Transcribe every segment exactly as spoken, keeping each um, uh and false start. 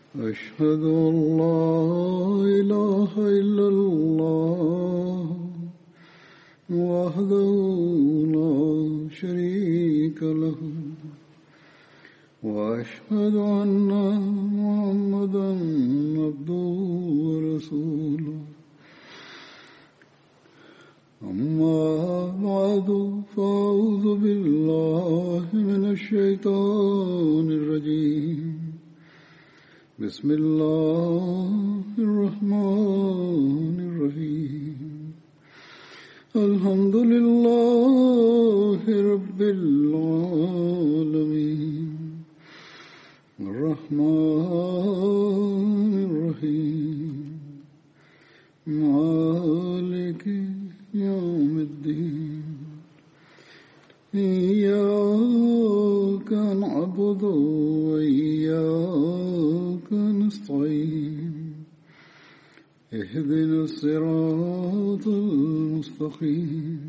أشهد أن لا إله إلا الله وحده لا شريك له وأشهد أن محمدا عبده ورسوله أما بعد فأعوذ بالله من الشيطان الرجيم بسم الله الرحمن الرحيم الحمد لله رب العالمين الرحمن الرحيم مالك يوم الدين إياك نعبد وإياك نستعين اهدنا الصراط المستقيم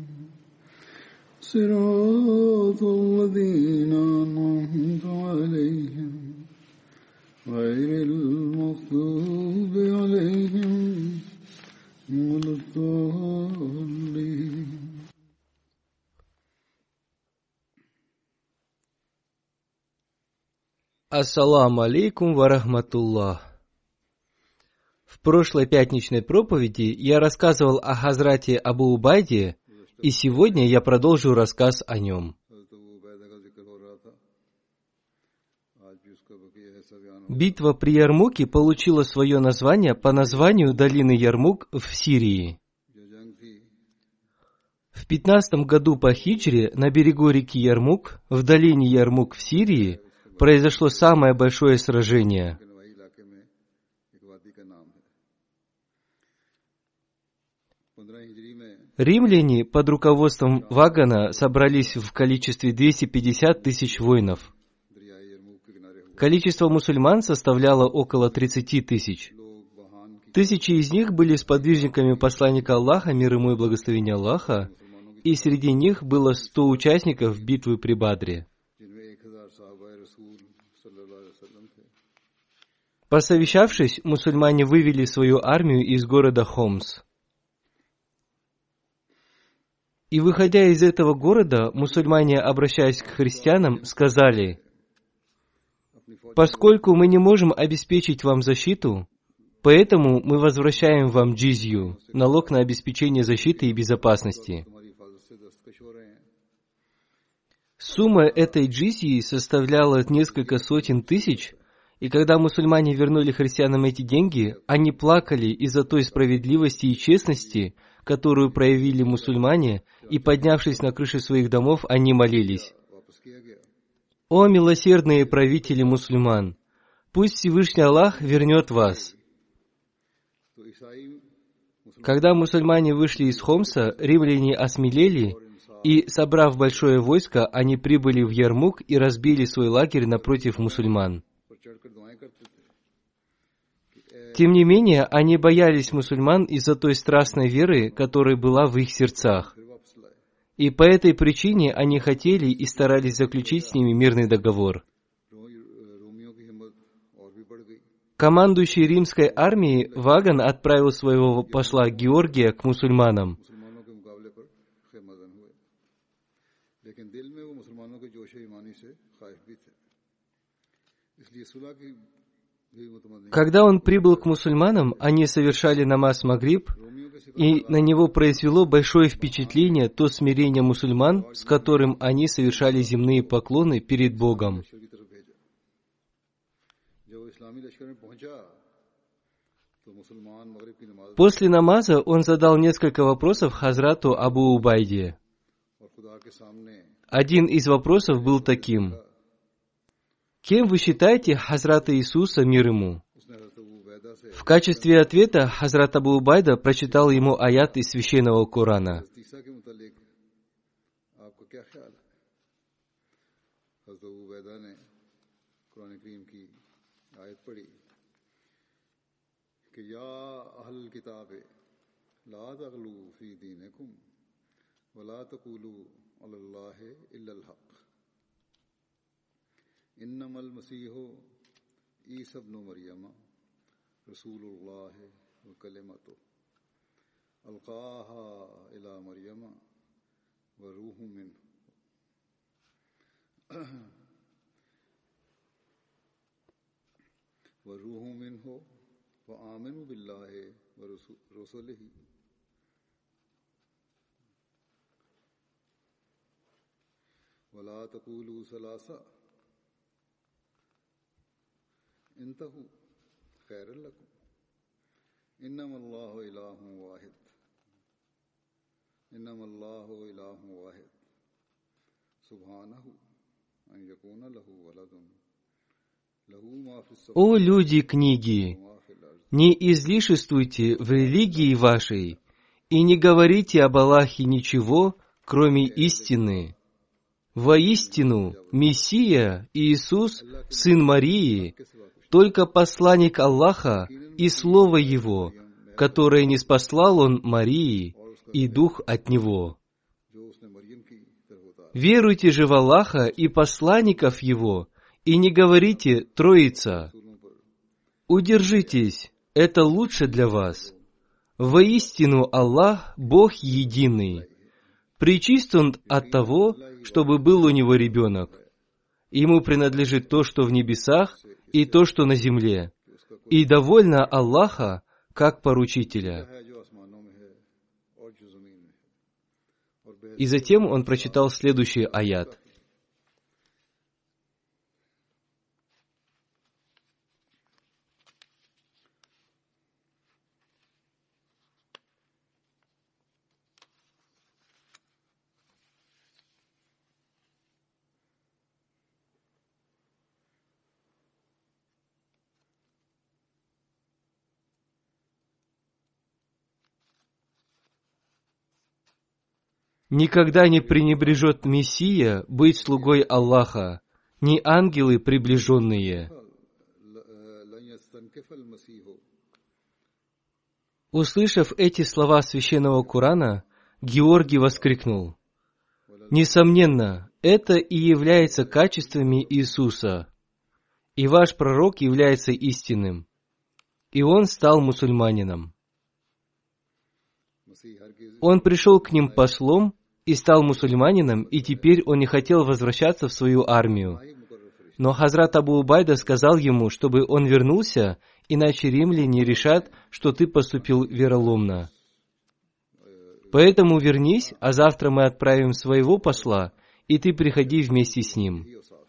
صراط الذين أنعمت عليهم غير المغضوب عليهم ولا الضالين. Ассаламу алейкум ва рахматуллах. В прошлой пятничной проповеди я рассказывал о Хазрате Абу Убайде, и сегодня я продолжу рассказ о нем. Битва при Ярмуке получила свое название по названию долины Ярмук в Сирии. В пятнадцатом году по хиджре на берегу реки Ярмук, в долине Ярмук в Сирии, произошло самое большое сражение. Римляне под руководством Вагана собрались в количестве двести пятьдесят тысяч воинов. Количество мусульман составляло около тридцать тысяч. Тысячи из них были сподвижниками посланника Аллаха, мир ему и благословение Аллаха, и среди них было сто участников битвы при Бадре. Посовещавшись, мусульмане вывели свою армию из города Хомс. И, выходя из этого города, мусульмане, обращаясь к христианам, сказали: «Поскольку мы не можем обеспечить вам защиту, поэтому мы возвращаем вам джизью, налог на обеспечение защиты и безопасности». Сумма этой джизьи составляла несколько сотен тысяч, и когда мусульмане вернули христианам эти деньги, они плакали из-за той справедливости и честности, которую проявили мусульмане, и, поднявшись на крыши своих домов, они молились: «О милосердные правители мусульман! Пусть Всевышний Аллах вернет вас!» Когда мусульмане вышли из Хомса, римляне осмелели, и, собрав большое войско, они прибыли в Ярмук и разбили свой лагерь напротив мусульман. Тем не менее, они боялись мусульман из-за той страстной веры, которая была в их сердцах. И по этой причине они хотели и старались заключить с ними мирный договор. Командующий римской армией Ваган отправил своего посла Георгия к мусульманам. Когда он прибыл к мусульманам, они совершали намаз Магриб, и на него произвело большое впечатление то смирение мусульман, с которым они совершали земные поклоны перед Богом. После намаза он задал несколько вопросов Хазрату Абу Убайде. Один из вопросов был таким: «Кем вы считаете Хазрата Иисуса, мир ему?» В качестве ответа Хазрат Абу Убайда прочитал ему аят из Священного Корана. عیسی ابن مریم رسول اللہ وکلمتہ القاها الی مریم وروح منه وروح منه وآمنوا بالله ورسله ولا تقولوا ثلاثة انتهوا خيرا لكم إنما الله إله واحد إنما الله إله واحد سبحانه أن يكون له ولد له ما في السماوات О люди книги, не излишествуйте в религии вашей и не говорите об Аллахе ничего, кроме истины. Воистину, Мессия Иисус, сын Марии, только посланник Аллаха и Слово Его, которое ниспослал Он Марии, и Дух от Него. Веруйте же в Аллаха и посланников Его, и не говорите «Троица». Удержитесь, это лучше для вас. Воистину Аллах – Бог единый. Пречист Он от того, чтобы был у Него ребенок. Ему принадлежит то, что в небесах, и то, что на земле. И довольно Аллаха, как поручителя. И затем он прочитал следующий аят. Никогда не пренебрежет Мессия быть слугой Аллаха, ни ангелы приближенные. Услышав эти слова священного Корана, Георгий воскликнул: «Несомненно, это и является качествами Иисуса, и ваш пророк является истинным». И он стал мусульманином. Он пришел к ним послом и стал мусульманином, и теперь он не хотел возвращаться в свою армию. Но Хазрат Абу Убайда сказал ему, чтобы он вернулся, иначе римляне решат, что ты поступил вероломно. Поэтому вернись, а завтра мы отправим своего посла, и ты приходи вместе с ним.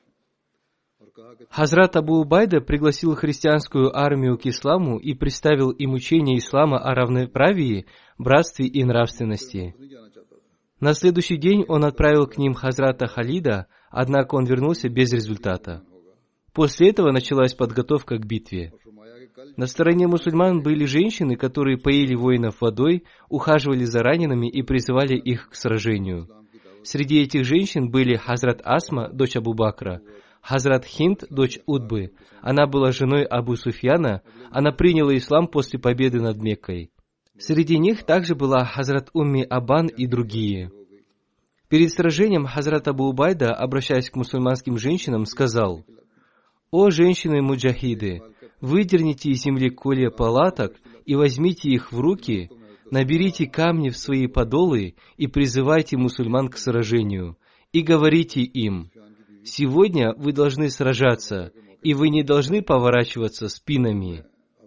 Хазрат Абу Убайда пригласил христианскую армию к исламу и представил им учение ислама о равноправии, братстве и нравственности. На следующий день он отправил к ним Хазрата Халида, однако он вернулся без результата. После этого началась подготовка к битве. На стороне мусульман были женщины, которые поили воинов водой, ухаживали за ранеными и призывали их к сражению. Среди этих женщин были Хазрат Асма, дочь Абу Бакра, Хазрат Хинд, дочь Утбы. Она была женой Абу Суфьяна, она приняла ислам после победы над Меккой. Среди них также была Хазрат Умми Абан и другие. Перед сражением Хазрат Абу Убайда, обращаясь к мусульманским женщинам, сказал: «О женщины-муджахиды, выдерните из земли колья палаток и возьмите их в руки, наберите камни в свои подолы и призывайте мусульман к сражению, и говорите им: сегодня вы должны сражаться, и вы не должны поворачиваться спинами.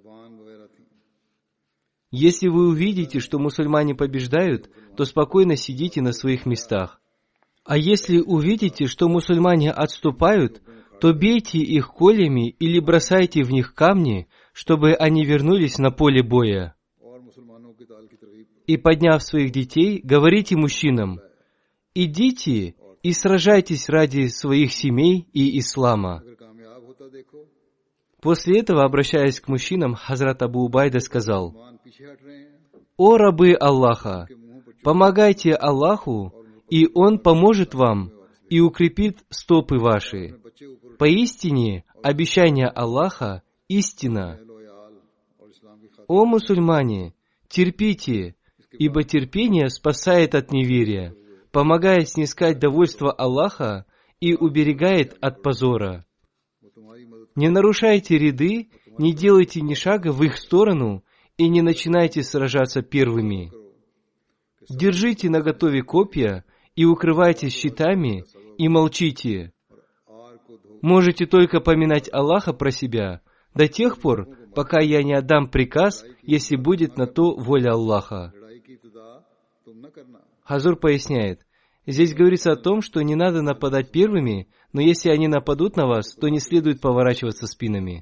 Если вы увидите, что мусульмане побеждают, то спокойно сидите на своих местах. А если увидите, что мусульмане отступают, то бейте их колями или бросайте в них камни, чтобы они вернулись на поле боя. И, подняв своих детей, говорите мужчинам: идите и сражайтесь ради своих семей и ислама». После этого, обращаясь к мужчинам, Хазрат Абу Убайда сказал: «О рабы Аллаха, помогайте Аллаху, и Он поможет вам и укрепит стопы ваши. Поистине, обещание Аллаха – истина. О мусульмане, терпите, ибо терпение спасает от неверия, помогает снискать довольство Аллаха и уберегает от позора. Не нарушайте ряды, не делайте ни шага в их сторону и не начинайте сражаться первыми. Держите наготове копья и укрывайтесь щитами и молчите. Можете только поминать Аллаха про себя до тех пор, пока я не отдам приказ, если будет на то воля Аллаха. Хазур поясняет, здесь говорится о том, что не надо нападать первыми, но если они нападут на вас, то не следует поворачиваться спинами.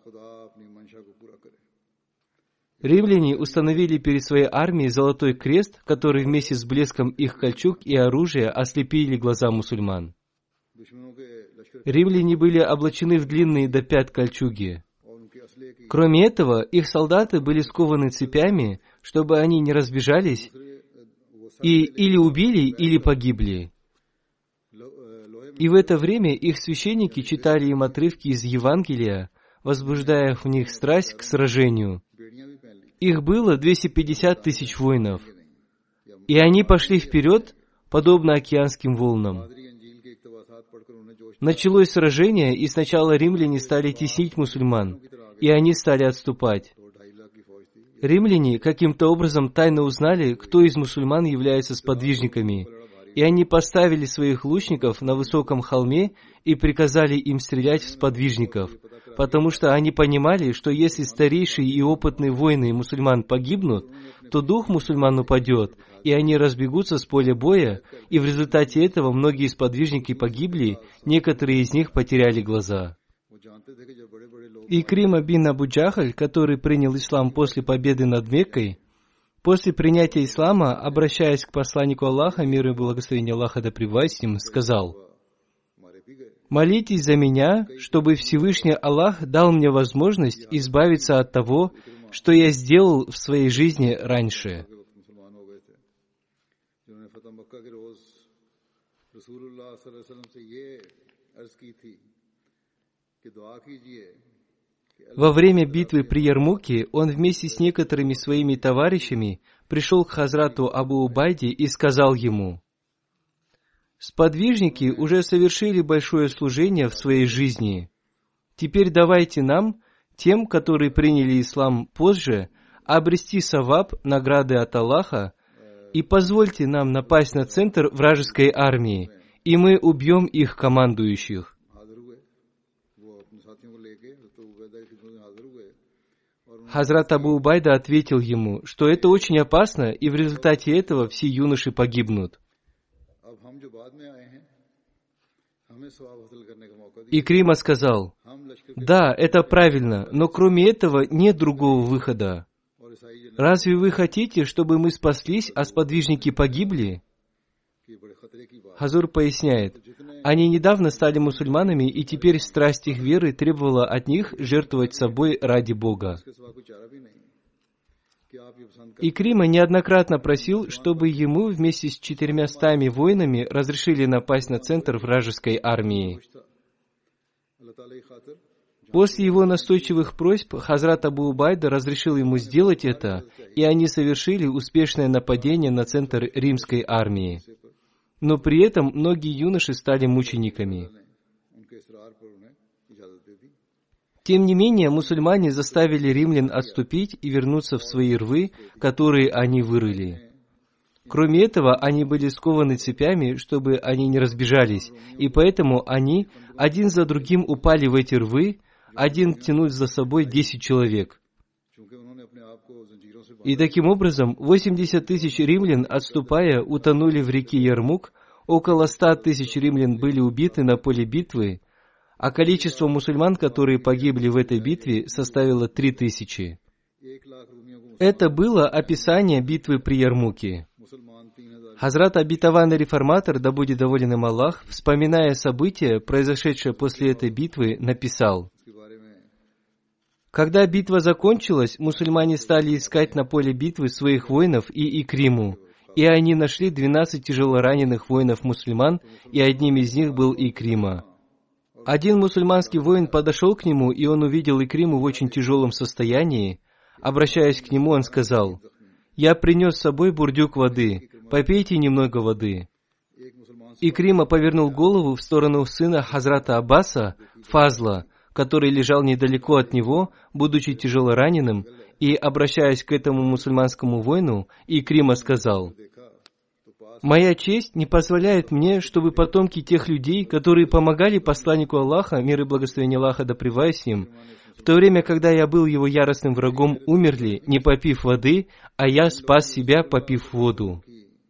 Римляне установили перед своей армией золотой крест, который вместе с блеском их кольчуг и оружия ослепили глаза мусульман. Римляне были облачены в длинные до пят кольчуги. Кроме этого, их солдаты были скованы цепями, чтобы они не разбежались, и или убили, или погибли. И в это время их священники читали им отрывки из Евангелия, возбуждая в них страсть к сражению. Их было двести пятьдесят тысяч воинов, и они пошли вперед, подобно океанским волнам. Началось сражение, и сначала римляне стали теснить мусульман, и они стали отступать. Римляне каким-то образом тайно узнали, кто из мусульман является сподвижниками, и они поставили своих лучников на высоком холме и приказали им стрелять в сподвижников, потому что они понимали, что если старейшие и опытные воины мусульман погибнут, то дух мусульман упадет, и они разбегутся с поля боя, и в результате этого многие сподвижники погибли, некоторые из них потеряли глаза. Икрима бин Абу Джахаль, который принял ислам после победы над Меккой, после принятия ислама, обращаясь к посланнику Аллаха, мир и благословение Аллаха да пребывает с ним, сказал: «Молитесь за меня, чтобы Всевышний Аллах дал мне возможность избавиться от того, что я сделал в своей жизни раньше». Во время битвы при Ярмуке он вместе с некоторыми своими товарищами пришел к Хазрату Абу Убайде и сказал ему: «Сподвижники уже совершили большое служение в своей жизни. Теперь давайте нам, тем, которые приняли ислам позже, обрести саваб, награды от Аллаха, и позвольте нам напасть на центр вражеской армии, и мы убьем их командующих». Хазрат Абу Убайда ответил ему, что это очень опасно, и в результате этого все юноши погибнут. Икрима сказал: «Да, это правильно, но кроме этого нет другого выхода. Разве вы хотите, чтобы мы спаслись, а сподвижники погибли?» Хазур поясняет, они недавно стали мусульманами, и теперь страсть их веры требовала от них жертвовать собой ради Бога. Икрима неоднократно просил, чтобы ему вместе с четырьмястами воинами разрешили напасть на центр вражеской армии. После его настойчивых просьб Хазрат Абу Убайда разрешил ему сделать это, и они совершили успешное нападение на центр римской армии. Но при этом многие юноши стали мучениками. Тем не менее, мусульмане заставили римлян отступить и вернуться в свои рвы, которые они вырыли. Кроме этого, они были скованы цепями, чтобы они не разбежались, и поэтому они один за другим упали в эти рвы, один тянул за собой десять человек. И таким образом, восемьдесят тысяч римлян, отступая, утонули в реке Ярмук, около ста тысяч римлян были убиты на поле битвы, а количество мусульман, которые погибли в этой битве, составило три тысячи. Это было описание битвы при Ярмуке. Хазрат обетованный реформатор, да будет доволен им Аллах, вспоминая события, произошедшие после этой битвы, написал: «Когда битва закончилась, мусульмане стали искать на поле битвы своих воинов и Икриму, и они нашли двенадцать тяжелораненых воинов-мусульман, и одним из них был Икрима. Один мусульманский воин подошел к нему, и он увидел Икриму в очень тяжелом состоянии. Обращаясь к нему, он сказал: «Я принес с собой бурдюк воды, попейте немного воды». Икрима повернул голову в сторону сына Хазрата Аббаса, Фазла, который лежал недалеко от него, будучи тяжело раненым, и, обращаясь к этому мусульманскому воину, Икрима сказал: «Моя честь не позволяет мне, чтобы потомки тех людей, которые помогали посланнику Аллаха, мир и благословение Аллаха да пребывает с ним, в то время, когда я был его яростным врагом, умерли, не попив воды, а я спас себя, попив воду».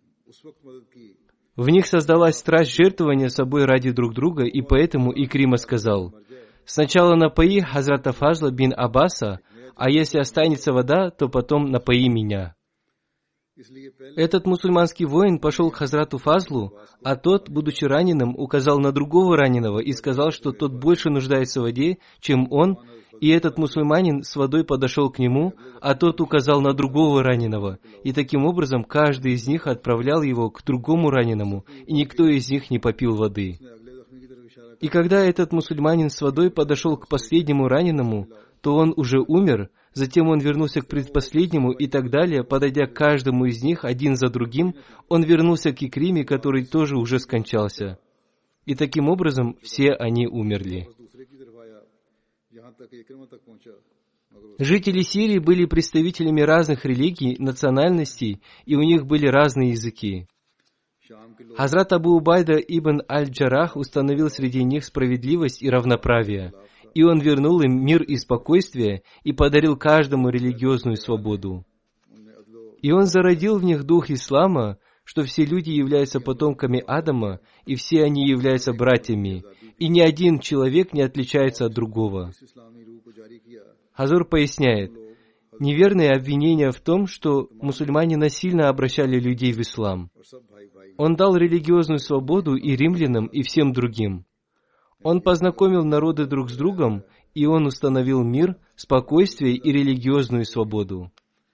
В них создалась страсть жертвования собой ради друг друга, и поэтому Икрима сказал: «Сначала напои Хазрата Фазла бин Аббаса, а если останется вода, то потом напои меня». Этот мусульманский воин пошел к Хазрату Фазлу, а тот, будучи раненым, указал на другого раненого и сказал, что тот больше нуждается в воде, чем он, и этот мусульманин с водой подошел к нему, а тот указал на другого раненого, и таким образом каждый из них отправлял его к другому раненому, и никто из них не попил воды. И когда этот мусульманин с водой подошел к последнему раненому, то он уже умер, затем он вернулся к предпоследнему и так далее, подойдя к каждому из них один за другим, он вернулся к Икриме, который тоже уже скончался. И таким образом все они умерли. Жители Сирии были представителями разных религий, национальностей, и у них были разные языки. Хазрат Абу Убайда ибн Аль-Джарах установил среди них справедливость и равноправие, и он вернул им мир и спокойствие и подарил каждому религиозную свободу. И он зародил в них дух ислама, что все люди являются потомками Адама, и все они являются братьями, и ни один человек не отличается от другого. Хазур поясняет: неверное обвинение в том, что мусульмане насильно обращали людей в ислам. Он дал религиозную свободу и римлянам, и всем другим. Он познакомил народы друг с другом, и он установил мир, спокойствие и религиозную свободу.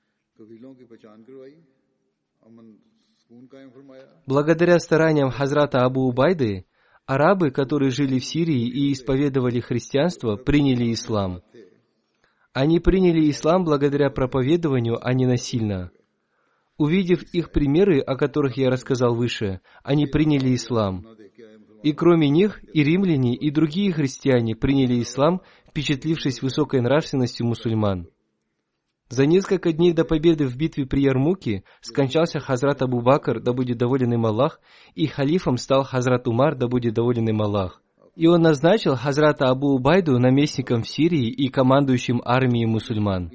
Благодаря стараниям Хазрата Абу Убайды, арабы, которые жили в Сирии и исповедовали христианство, приняли ислам. Они приняли ислам благодаря проповедованию, а не насильно. Увидев их примеры, о которых я рассказал выше, они приняли ислам. И кроме них, и римляне, и другие христиане приняли ислам, впечатлившись высокой нравственностью мусульман. За несколько дней до победы в битве при Ярмуке скончался Хазрат Абу Бакр, да будет доволен им Аллах, и халифом стал Хазрат Умар, да будет доволен им Аллах. И он назначил Хазрата Абу Убайду наместником в Сирии и командующим армией мусульман.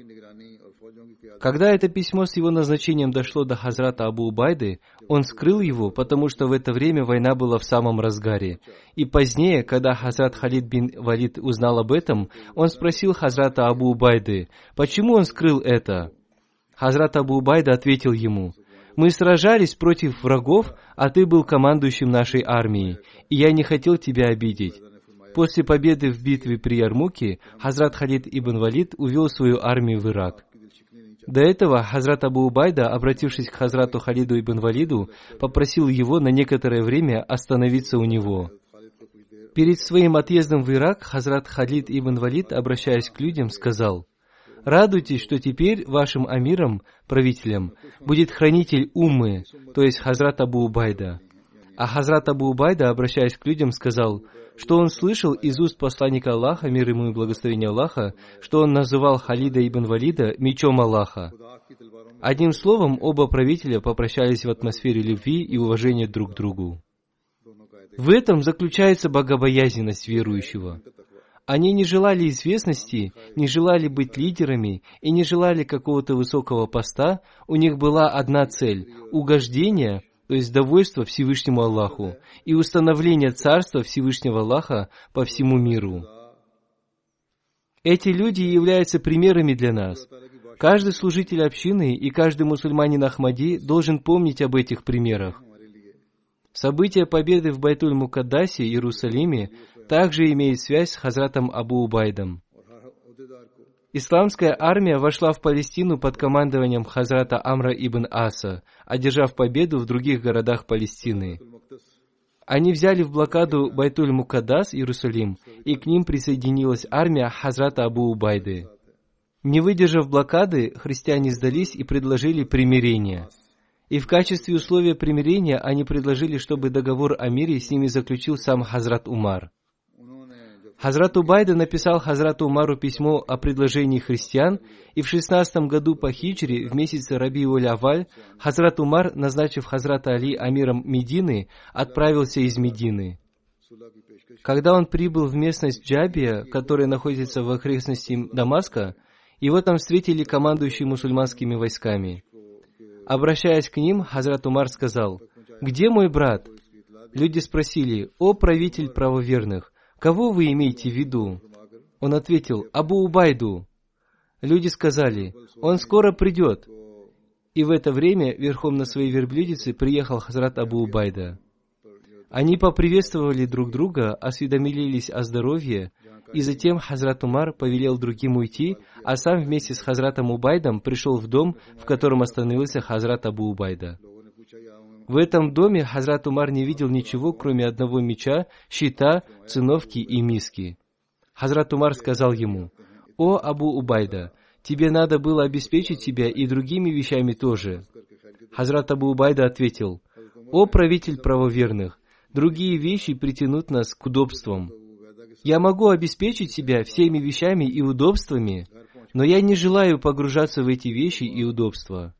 Когда это письмо с его назначением дошло до Хазрата Абу Убайды, он скрыл его, потому что в это время война была в самом разгаре. И позднее, когда Хазрат Халид бин Валид узнал об этом, он спросил Хазрата Абу Убайды, почему он скрыл это? Хазрат Абу Убайда ответил ему: «Мы сражались против врагов, а ты был командующим нашей армией, и я не хотел тебя обидеть». После победы в битве при Ярмуке Хазрат Халид ибн Валид увел свою армию в Ирак. До этого Хазрат Абу Убайда, обратившись к Хазрату Халиду ибн Валиду, попросил его на некоторое время остановиться у него. Перед своим отъездом в Ирак Хазрат Халид ибн Валид, обращаясь к людям, сказал: «Радуйтесь, что теперь вашим амиром, правителем, будет хранитель Уммы, то есть Хазрат Абу Убайда». А Хазрат Абу Убайда, обращаясь к людям, сказал, что он слышал из уст посланника Аллаха, мир ему и благословение Аллаха, что он называл Халида ибн Валида мечом Аллаха. Одним словом, оба правителя попрощались в атмосфере любви и уважения друг к другу. В этом заключается богобоязненность верующего. Они не желали известности, не желали быть лидерами и не желали какого-то высокого поста. У них была одна цель – угождение, то есть довольство Всевышнему Аллаху и установление царства Всевышнего Аллаха по всему миру. Эти люди являются примерами для нас. Каждый служитель общины и каждый мусульманин Ахмади должен помнить об этих примерах. События победы в Байтуль-Мукаддасе, Иерусалиме, также имеет связь с Хазратом Абу Убайдом. Исламская армия вошла в Палестину под командованием Хазрата Амра ибн Аса, одержав победу в других городах Палестины. Они взяли в блокаду Байтуль-Мукаддас, Иерусалим, и к ним присоединилась армия Хазрата Абу Убайды. Не выдержав блокады, христиане сдались и предложили примирение. И в качестве условия примирения они предложили, чтобы договор о мире с ними заключил сам Хазрат Умар. Хазрат Убайда написал Хазрату Умару письмо о предложении христиан, и в шестнадцатом году по хиджре, в месяце Рабиуль-Авваль, Хазрат Умар, назначив Хазрата Али амиром Медины, отправился из Медины. Когда он прибыл в местность Джабия, которая находится в окрестности Дамаска, его там встретили командующие мусульманскими войсками. Обращаясь к ним, Хазрат Умар сказал: «Где мой брат?» Люди спросили: «О правитель правоверных, кого вы имеете в виду?» Он ответил: «Абу Убайду». Люди сказали: «Он скоро придет». И в это время верхом на своей верблюдице приехал Хазрат Абу Убайда. Они поприветствовали друг друга, осведомились о здоровье, и затем Хазрат Умар повелел другим уйти, а сам вместе с Хазратом Убайдом пришел в дом, в котором остановился Хазрат Абу Убайда. В этом доме Хазрат Умар не видел ничего, кроме одного меча, щита, циновки и миски. Хазрат Умар сказал ему: «О Абу Убайда, тебе надо было обеспечить себя и другими вещами тоже». Хазрат Абу Убайда ответил: «О правитель правоверных, другие вещи притянут нас к удобствам. Я могу обеспечить себя всеми вещами и удобствами, но я не желаю погружаться в эти вещи и удобства».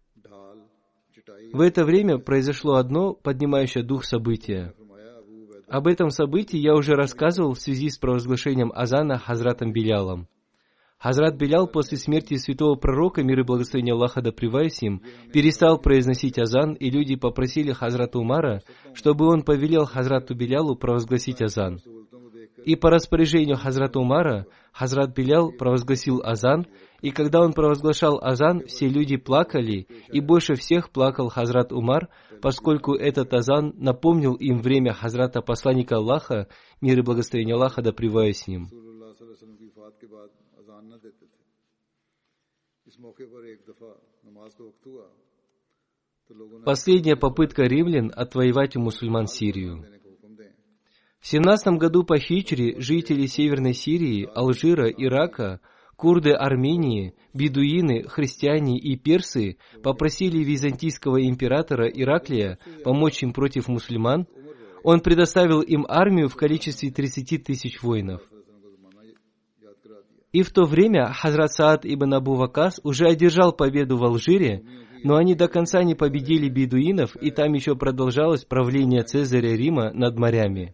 В это время произошло одно поднимающее дух событие. Об этом событии я уже рассказывал в связи с провозглашением азана Хазратом Билялом. Хазрат Билял после смерти святого пророка, мир и благословение Аллаха да пребывает им, перестал произносить азан, и люди попросили Хазрата Умара, чтобы он повелел Хазрату Билялу провозгласить азан. И по распоряжению Хазрата Умара, Хазрат Билял провозгласил азан, и когда он провозглашал азан, все люди плакали, и больше всех плакал Хазрат Умар, поскольку этот азан напомнил им время Хазрата посланника Аллаха, мир и благословение Аллаха да пребывает с ним. Последняя попытка римлян отвоевать у мусульман Сирию. В семнадцатом году по хиджре жители Северной Сирии, Алжира, Ирака, курды Армении, бедуины, христиане и персы попросили византийского императора Ираклия помочь им против мусульман. Он предоставил им армию в количестве тридцати тысяч воинов. И в то время Хазрат Саад ибн Абу Вакас уже одержал победу в Алжире, но они до конца не победили бедуинов, и там еще продолжалось правление Цезаря Рима над морями.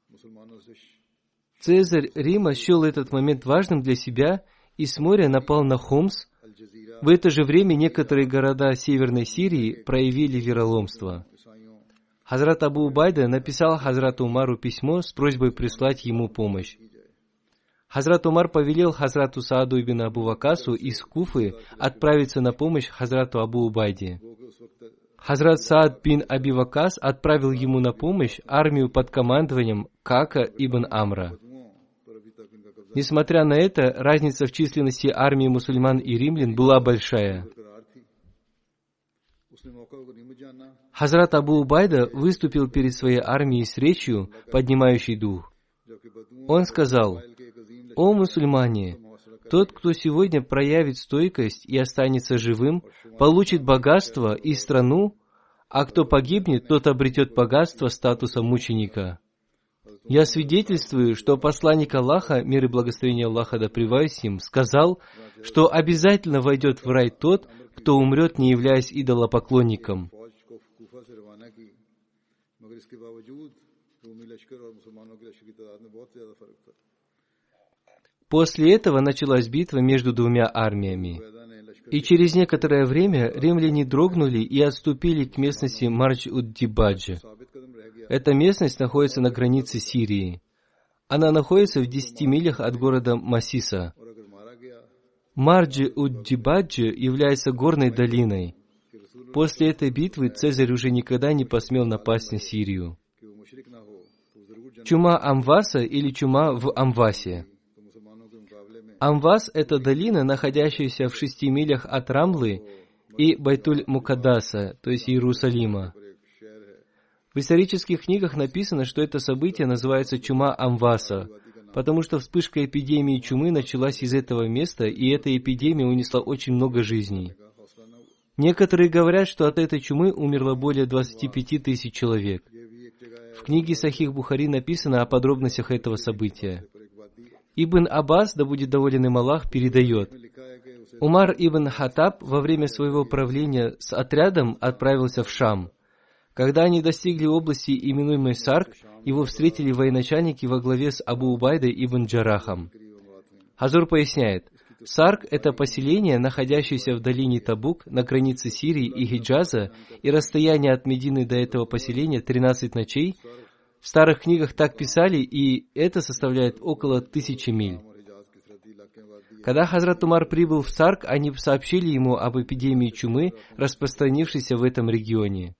Цезарь Рима счел этот момент важным для себя и с моря напал на Хомс. В это же время некоторые города Северной Сирии проявили вероломство. Хазрат Абу Убайда написал Хазрату Умару письмо с просьбой прислать ему помощь. Хазрат Умар повелел Хазрату Сааду ибн Абу Вакасу из Куфы отправиться на помощь Хазрату Абу Убайде. Хазрат Саад бин Аби Вакас отправил ему на помощь армию под командованием Кака ибн Амра. Несмотря на это, разница в численности армии мусульман и римлян была большая. Хазрат Абу Убайда выступил перед своей армией с речью, поднимающей дух. Он сказал: «О мусульмане, тот, кто сегодня проявит стойкость и останется живым, получит богатство и страну, а кто погибнет, тот обретет богатство статуса мученика. Я свидетельствую, что посланник Аллаха, мир и благословение Аллаха да пребывает с ним, сказал, что обязательно войдет в рай тот, кто умрет, не являясь идолопоклонником». После этого началась битва между двумя армиями. И через некоторое время римляне дрогнули и отступили к местности Мардж-уд-Дибадж. Эта местность находится на границе Сирии. Она находится в десяти милях от города Масиса. Мардж-уд-Дибадж является горной долиной. После этой битвы Цезарь уже никогда не посмел напасть на Сирию. Чума Амваса или чума в Амвасе. Амвас – это долина, находящаяся в шести милях от Рамлы и Байтуль-Мукаддаса, то есть Иерусалима. В исторических книгах написано, что это событие называется чума Амваса, потому что вспышка эпидемии чумы началась из этого места, и эта эпидемия унесла очень много жизней. Некоторые говорят, что от этой чумы умерло более двадцати пяти тысяч человек. В книге Сахих Бухари написано о подробностях этого события. Ибн Аббас, да будет доволен им Аллах, передает: Умар ибн Хаттаб во время своего правления с отрядом отправился в Шам. Когда они достигли области, именуемой Сарк, его встретили военачальники во главе с Абу Убайдой ибн Джарахом. Хазур поясняет: Сарк — это поселение, находящееся в долине Табук, на границе Сирии и Хиджаза, и расстояние от Медины до этого поселения тринадцать ночей. В старых книгах так писали, и это составляет около тысячи миль. Когда Хазрат Умар прибыл в Сарк, они сообщили ему об эпидемии чумы, распространившейся в этом регионе.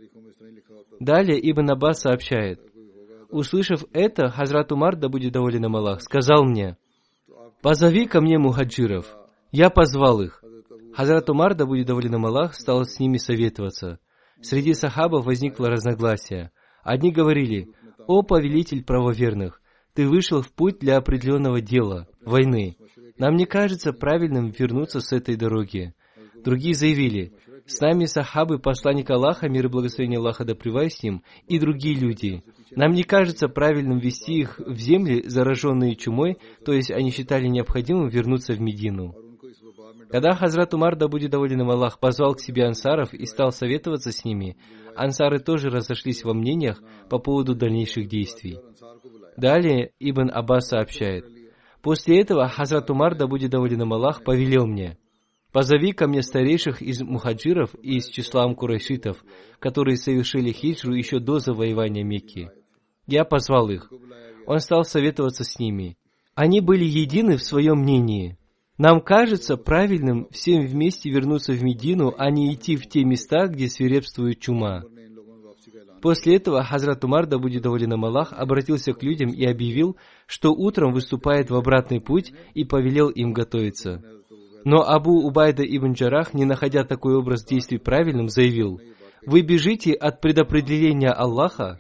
Далее Ибн Аббас сообщает: услышав это, Хазрат Умар, да будет доволен им Аллах, сказал мне: «Позови ко мне мухаджиров». Я позвал их. Хазрат Умар, да будет доволен им Аллах, стал с ними советоваться. Среди сахабов возникло разногласие. Одни говорили: «О повелитель правоверных, ты вышел в путь для определенного дела, войны. Нам не кажется правильным вернуться с этой дороги». Другие заявили: «С нами сахабы посланника Аллаха, мир и благословение Аллаха да пребывает с ним, и другие люди. Нам не кажется правильным вести их в земли, зараженные чумой, то есть они считали необходимым вернуться в Медину». Когда Хазрат Умар, да будет доволен им Аллах, позвал к себе ансаров и стал советоваться с ними, ансары тоже разошлись во мнениях по поводу дальнейших действий. Далее Ибн Аббас сообщает: «После этого Хазрат Умар, да будет доволен им Аллах, повелел мне: позови ко мне старейших из мухаджиров и из числа курайшитов, которые совершили хиджру еще до завоевания Мекки». Я позвал их. Он стал советоваться с ними. Они были едины в своем мнении. Нам кажется правильным всем вместе вернуться в Медину, а не идти в те места, где свирепствует чума. После этого Хазрат Умар, да будет доволен им Аллах, обратился к людям и объявил, что утром выступает в обратный путь, и повелел им готовиться. Но Абу Убайда ибн Джарах, не находя такой образ действий правильным, заявил: «Вы бежите от предопределения Аллаха».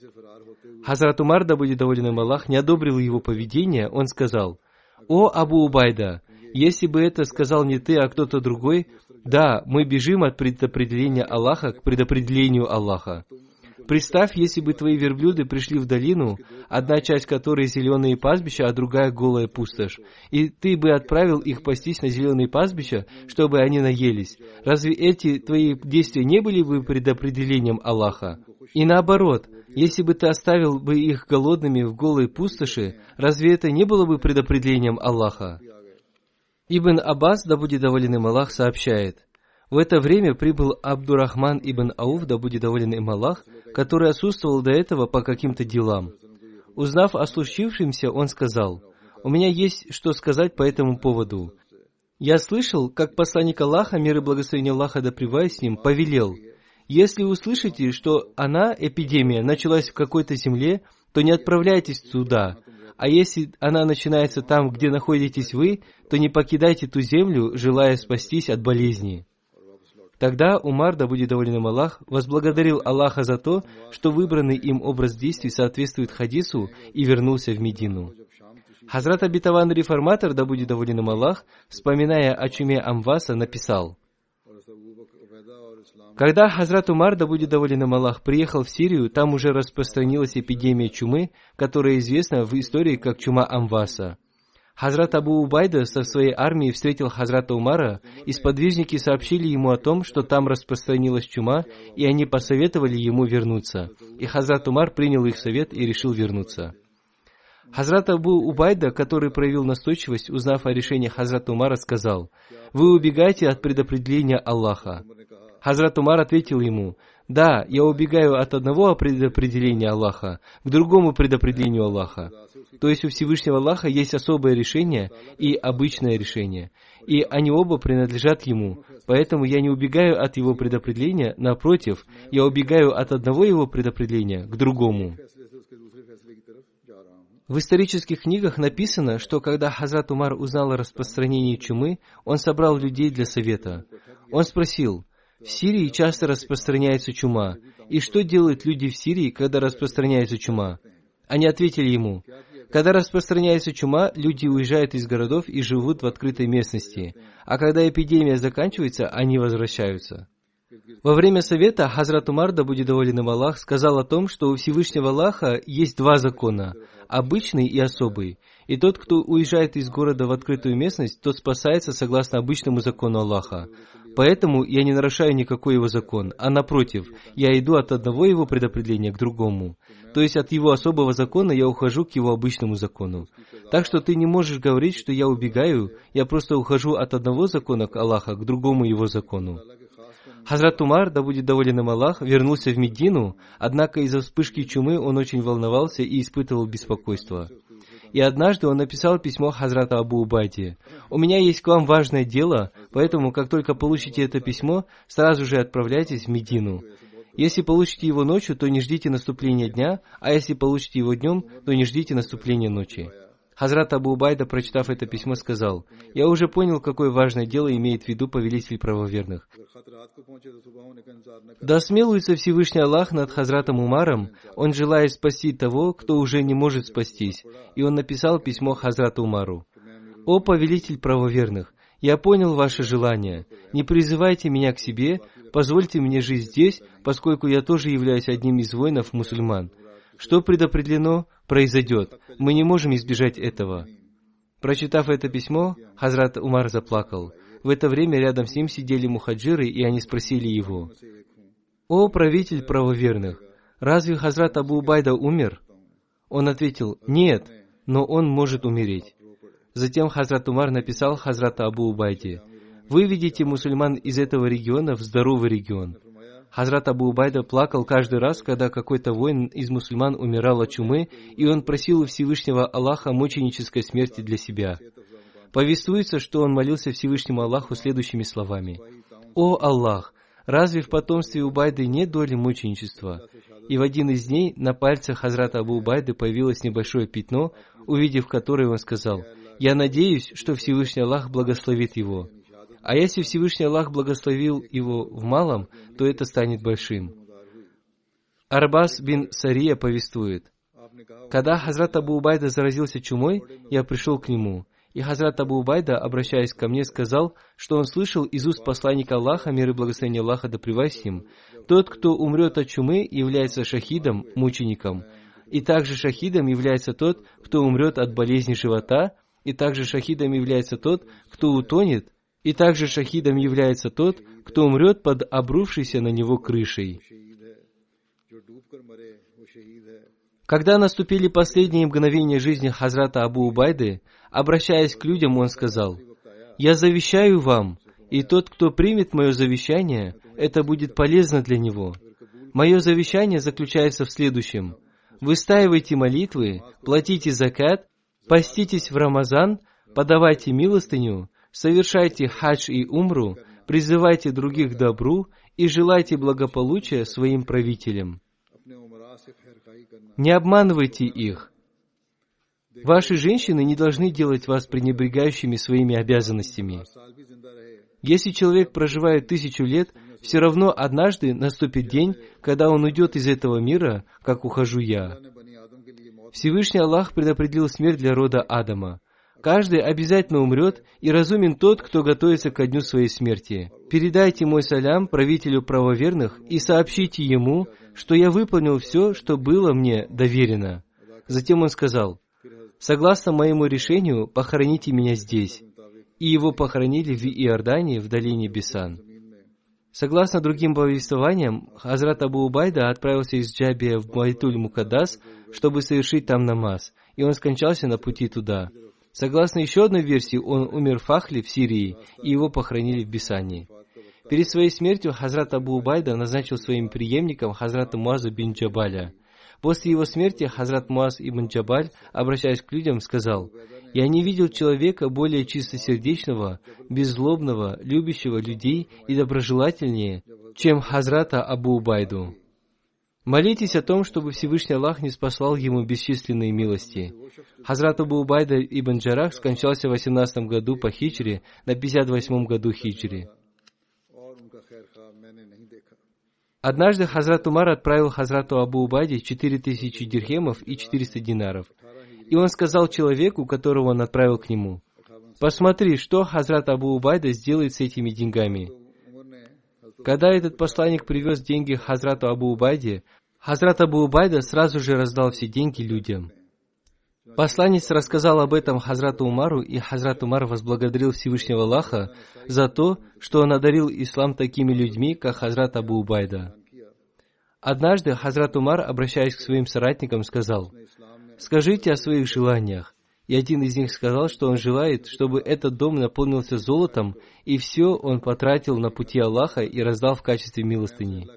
Хазрат Умар, да будет доволен им Аллах, не одобрил его поведение. Он сказал: «О Абу Убайда, если бы это сказал не ты, а кто-то другой, да, мы бежим от предопределения Аллаха к предопределению Аллаха. Представь, если бы твои верблюды пришли в долину, одна часть которой зеленые пастбища, а другая голая пустошь, и ты бы отправил их пастись на зеленые пастбища, чтобы они наелись. Разве эти твои действия не были бы предопределением Аллаха? И наоборот, если бы ты оставил бы их голодными в голой пустоши, разве это не было бы предопределением Аллаха?» Ибн Аббас, да будет доволен им Аллах, сообщает: в это время прибыл Абдурахман ибн Ауф, да будет доволен им Аллах, который отсутствовал до этого по каким-то делам. Узнав о случившемся, он сказал: «У меня есть что сказать по этому поводу. Я слышал, как посланник Аллаха, мир и благословение Аллаха да пребывает с ним, повелел: если услышите, что она, эпидемия, началась в какой-то земле, то не отправляйтесь туда. А если она начинается там, где находитесь вы, то не покидайте ту землю, желая спастись от болезни». Тогда Умар, да будет доволен им Аллах, возблагодарил Аллаха за то, что выбранный им образ действий соответствует хадису, и вернулся в Медину. Хазрат обетованный реформатор, да будет доволен им Аллах, вспоминая о чуме Амваса, написал: когда Хазрат Умар, да будет доволен им Аллах, приехал в Сирию, там уже распространилась эпидемия чумы, которая известна в истории как чума Амваса. Хазрат Абу Убайда со своей армией встретил Хазрата Умара, и сподвижники сообщили ему о том, что там распространилась чума, и они посоветовали ему вернуться. И Хазрат Умар принял их совет и решил вернуться. Хазрат Абу Убайда, который проявил настойчивость, узнав о решении Хазрата Умара, сказал: «Вы убегаете от предопределения Аллаха». Хазрат Умар ответил ему: «Да, я убегаю от одного предопределения Аллаха к другому предопределению Аллаха». То есть у Всевышнего Аллаха есть особое решение и обычное решение, и они оба принадлежат Ему, поэтому я не убегаю от Его предопределения, напротив, я убегаю от одного Его предопределения к другому. В исторических книгах написано, что когда Хазрат Умар узнал о распространении чумы, он собрал людей для совета. Он спросил: в Сирии часто распространяется чума, и что делают люди в Сирии, когда распространяется чума? Они ответили ему: когда распространяется чума, люди уезжают из городов и живут в открытой местности, а когда эпидемия заканчивается, они возвращаются. Во время совета Хазрат Умар, да будет доволен им Аллах, сказал о том, что у Всевышнего Аллаха есть два закона – обычный и особый. И тот, кто уезжает из города в открытую местность, тот спасается согласно обычному закону Аллаха. Поэтому я не нарушаю никакой его закон, а напротив, я иду от одного его предопределения к другому. То есть от его особого закона я ухожу к его обычному закону. Так что ты не можешь говорить, что я убегаю, я просто ухожу от одного закона Аллаха к другому его закону. Хазрат Умар, да будет доволен им Аллах, вернулся в Медину, однако из-за вспышки чумы он очень волновался и испытывал беспокойство. И однажды он написал письмо Хазрату Абу Убайде. «У меня есть к вам важное дело, поэтому, как только получите это письмо, сразу же отправляйтесь в Медину. Если получите его ночью, то не ждите наступления дня, а если получите его днем, то не ждите наступления ночи». Хазрат Абу Убайда, прочитав это письмо, сказал: «Я уже понял, какое важное дело имеет в виду повелитель правоверных. Да смилуется Всевышний Аллах над Хазратом Умаром, он желает спасти того, кто уже не может спастись». И он написал письмо Хазрату Умару: «О повелитель правоверных, я понял ваше желание. Не призывайте меня к себе, позвольте мне жить здесь, поскольку я тоже являюсь одним из воинов мусульман. Что предопределено, произойдет. Мы не можем избежать этого». Прочитав это письмо, Хазрат Умар заплакал. В это время рядом с ним сидели мухаджиры, и они спросили его: «О правитель правоверных, разве Хазрат Абу Убайда умер?» Он ответил: «Нет, но он может умереть». Затем Хазрат Умар написал Хазрату Абу Убайде: «Выведите мусульман из этого региона в здоровый регион». Хазрат Абу Убайда плакал каждый раз, когда какой-то воин из мусульман умирал от чумы, и он просил у Всевышнего Аллаха мученической смерти для себя. Повествуется, что он молился Всевышнему Аллаху следующими словами: «О Аллах, разве в потомстве Убайды нет доли мученичества?» И в один из дней на пальцах Хазрата Абу Убайды появилось небольшое пятно, увидев которое он сказал: «Я надеюсь, что Всевышний Аллах благословит его. А если Всевышний Аллах благословил его в малом, то это станет большим». Арбас бин Сария повествует: «Когда Хазрат Абу Убайда заразился чумой, я пришел к нему, и Хазрат Абу Убайда, обращаясь ко мне, сказал, что он слышал из уст посланника Аллаха, мир и благословение Аллаха да пребывает с ним: тот, кто умрет от чумы, является шахидом, мучеником, и также шахидом является тот, кто умрет от болезни живота, и также шахидом является тот, кто утонет, и также шахидом является тот, кто умрет под обрушившейся на него крышей». Когда наступили последние мгновения жизни Хазрата Абу Убайды, обращаясь к людям, он сказал: «Я завещаю вам, и тот, кто примет мое завещание, это будет полезно для него. Мое завещание заключается в следующем: выстаивайте молитвы, платите закат, поститесь в Рамазан, подавайте милостыню, совершайте хадж и умру, призывайте других к добру и желайте благополучия своим правителям. Не обманывайте их. Ваши женщины не должны делать вас пренебрегающими своими обязанностями. Если человек проживает тысячу лет, все равно однажды наступит день, когда он уйдет из этого мира, как ухожу я. Всевышний Аллах предопределил смерть для рода Адама. Каждый обязательно умрет, и разумен тот, кто готовится ко дню своей смерти. Передайте мой салям правителю правоверных и сообщите ему, что я выполнил все, что было мне доверено». Затем он сказал: «Согласно моему решению, похороните меня здесь». И его похоронили в Иордании, в долине Бисан. Согласно другим повествованиям, Хазрат Абу Убайда отправился из Джабия в Байтуль-Мукаддас, чтобы совершить там намаз, и он скончался на пути туда. Согласно еще одной версии, он умер в Фахле в Сирии, и его похоронили в Бисане. Перед своей смертью Хазрат Абу Убайда назначил своим преемником Хазрата Муаза бин Джабаля. После его смерти Хазрат Муаз ибн Джабаль, обращаясь к людям, сказал: «Я не видел человека более чистосердечного, беззлобного, любящего людей и доброжелательнее, чем Хазрата Абу Убайду. Молитесь о том, чтобы Всевышний Аллах не спаслал ему бесчисленные милости». Хазрат Абу Убайда ибн Джарах скончался в восемнадцатом году по хиджре, на пятьдесят восьмом году хиджри. Однажды Хазрат Умар отправил Хазрату Абу Убайде четыре тысячи дирхемов и четыреста динаров. И он сказал человеку, которого он отправил к нему: «Посмотри, что Хазрат Абу Убайда сделает с этими деньгами». Когда этот посланник привез деньги Хазрату Абу Убайде, Хазрат Абу Убайда сразу же раздал все деньги людям. Посланец рассказал об этом Хазрату Умару, и Хазрат Умар возблагодарил Всевышнего Аллаха за то, что он одарил ислам такими людьми, как Хазрат Абу Убайда. Однажды Хазрат Умар, обращаясь к своим соратникам, сказал: «Скажите о своих желаниях». И один из них сказал, что он желает, чтобы этот дом наполнился золотом, и все он потратил на пути Аллаха и раздал в качестве милостыни.